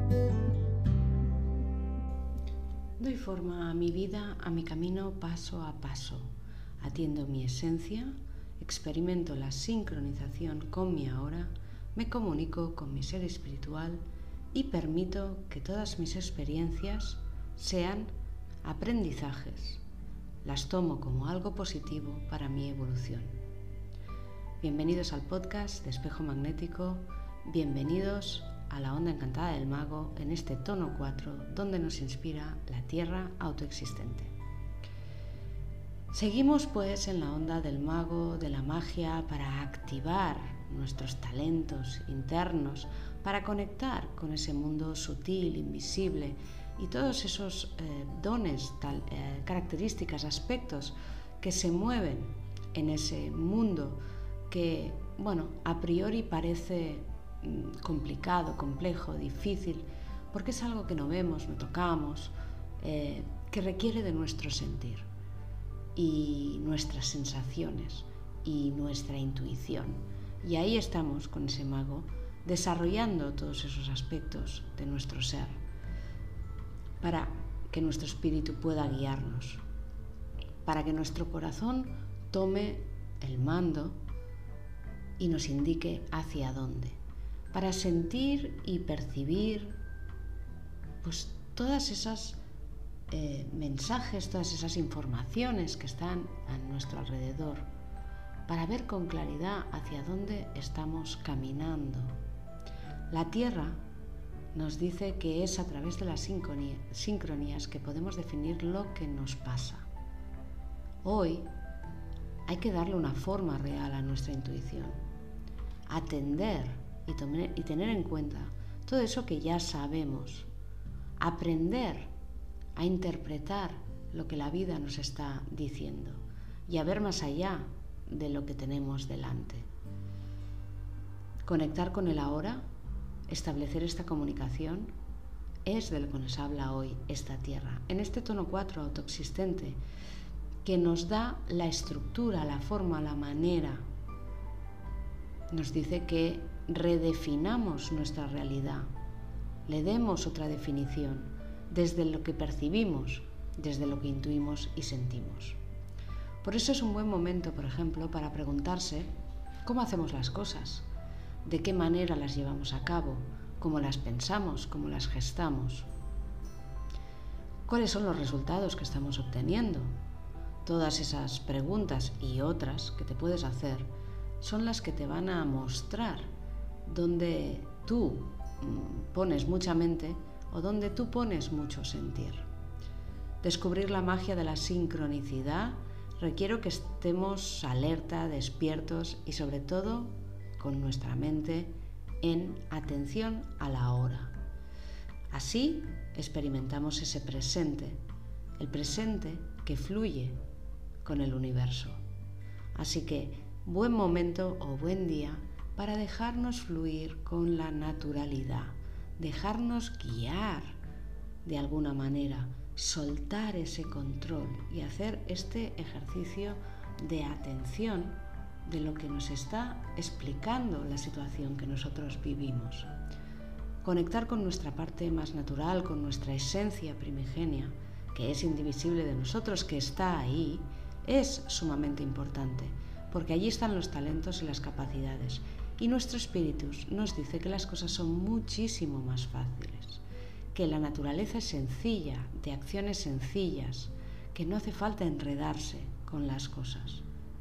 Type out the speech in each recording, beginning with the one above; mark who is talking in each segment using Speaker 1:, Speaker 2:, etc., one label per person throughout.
Speaker 1: Doy forma a mi vida, a mi camino paso a paso. Atiendo mi esencia, experimento la sincronización con mi ahora, me comunico con mi ser espiritual y permito que todas mis experiencias sean aprendizajes. Las tomo como algo positivo para mi evolución. Bienvenidos al podcast de Espejo Magnético, bienvenidos a la onda encantada del mago en este tono 4 donde nos inspira la tierra autoexistente. Seguimos pues en la onda del mago, de la magia, para activar nuestros talentos internos, para conectar con ese mundo sutil, invisible y todos esos dones, características, aspectos que se mueven en ese mundo que, a priori parece complicado, complejo, difícil, porque es algo que no vemos, no tocamos, que requiere de nuestro sentir y nuestras sensaciones y nuestra intuición. Y ahí estamos con ese mago, desarrollando todos esos aspectos de nuestro ser para que nuestro espíritu pueda guiarnos, para que nuestro corazón tome el mando y nos indique hacia dónde, para sentir y percibir pues todas esas mensajes, todas esas informaciones que están a nuestro alrededor, para ver con claridad hacia dónde estamos caminando. La Tierra nos dice que es a través de las sincronías que podemos definir lo que nos pasa. Hoy hay que darle una forma real a nuestra intuición, atender y tener en cuenta todo eso que ya sabemos, aprender a interpretar lo que la vida nos está diciendo y a ver más allá de lo que tenemos delante. Conectar con el ahora, establecer esta comunicación, es de lo que nos habla hoy esta tierra, en este tono 4 autoexistente, que nos da la estructura, la forma, la manera. Nos dice que redefinamos nuestra realidad, le demos otra definición desde lo que percibimos, desde lo que intuimos y sentimos. Por eso es un buen momento, por ejemplo, para preguntarse cómo hacemos las cosas, de qué manera las llevamos a cabo, cómo las pensamos, cómo las gestamos, cuáles son los resultados que estamos obteniendo. Todas esas preguntas y otras que te puedes hacer son las que te van a mostrar dónde tú pones mucha mente o dónde tú pones mucho sentir. Descubrir la magia de la sincronicidad requiere que estemos alerta, despiertos y sobre todo con nuestra mente en atención a la hora. Así experimentamos ese presente, el presente que fluye con el universo. Así que buen momento o buen día para dejarnos fluir con la naturalidad, dejarnos guiar de alguna manera, soltar ese control y hacer este ejercicio de atención de lo que nos está explicando la situación que nosotros vivimos. Conectar con nuestra parte más natural, con nuestra esencia primigenia, que es indivisible de nosotros, que está ahí, es sumamente importante, porque allí están los talentos y las capacidades. Y nuestro espíritu nos dice que las cosas son muchísimo más fáciles, que la naturaleza es sencilla, de acciones sencillas, que no hace falta enredarse con las cosas.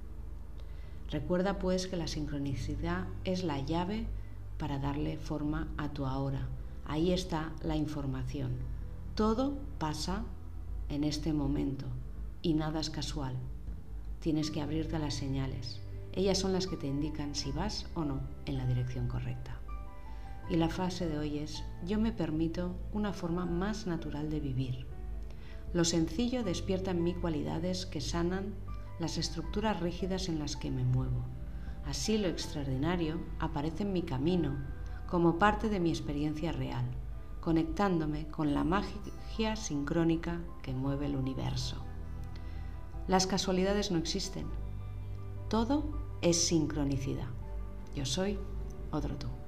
Speaker 1: Recuerda pues que la sincronicidad es la llave para darle forma a tu ahora. Ahí está la información. Todo pasa en este momento y nada es casual. Tienes que abrirte a las señales. Ellas son las que te indican si vas o no en la dirección correcta. Y la frase de hoy es: yo me permito una forma más natural de vivir. Lo sencillo despierta en mí cualidades que sanan las estructuras rígidas en las que me muevo. Así lo extraordinario aparece en mi camino como parte de mi experiencia real, conectándome con la magia sincrónica que mueve el universo. Las casualidades no existen. Todo es sincronicidad. Yo soy otro tú.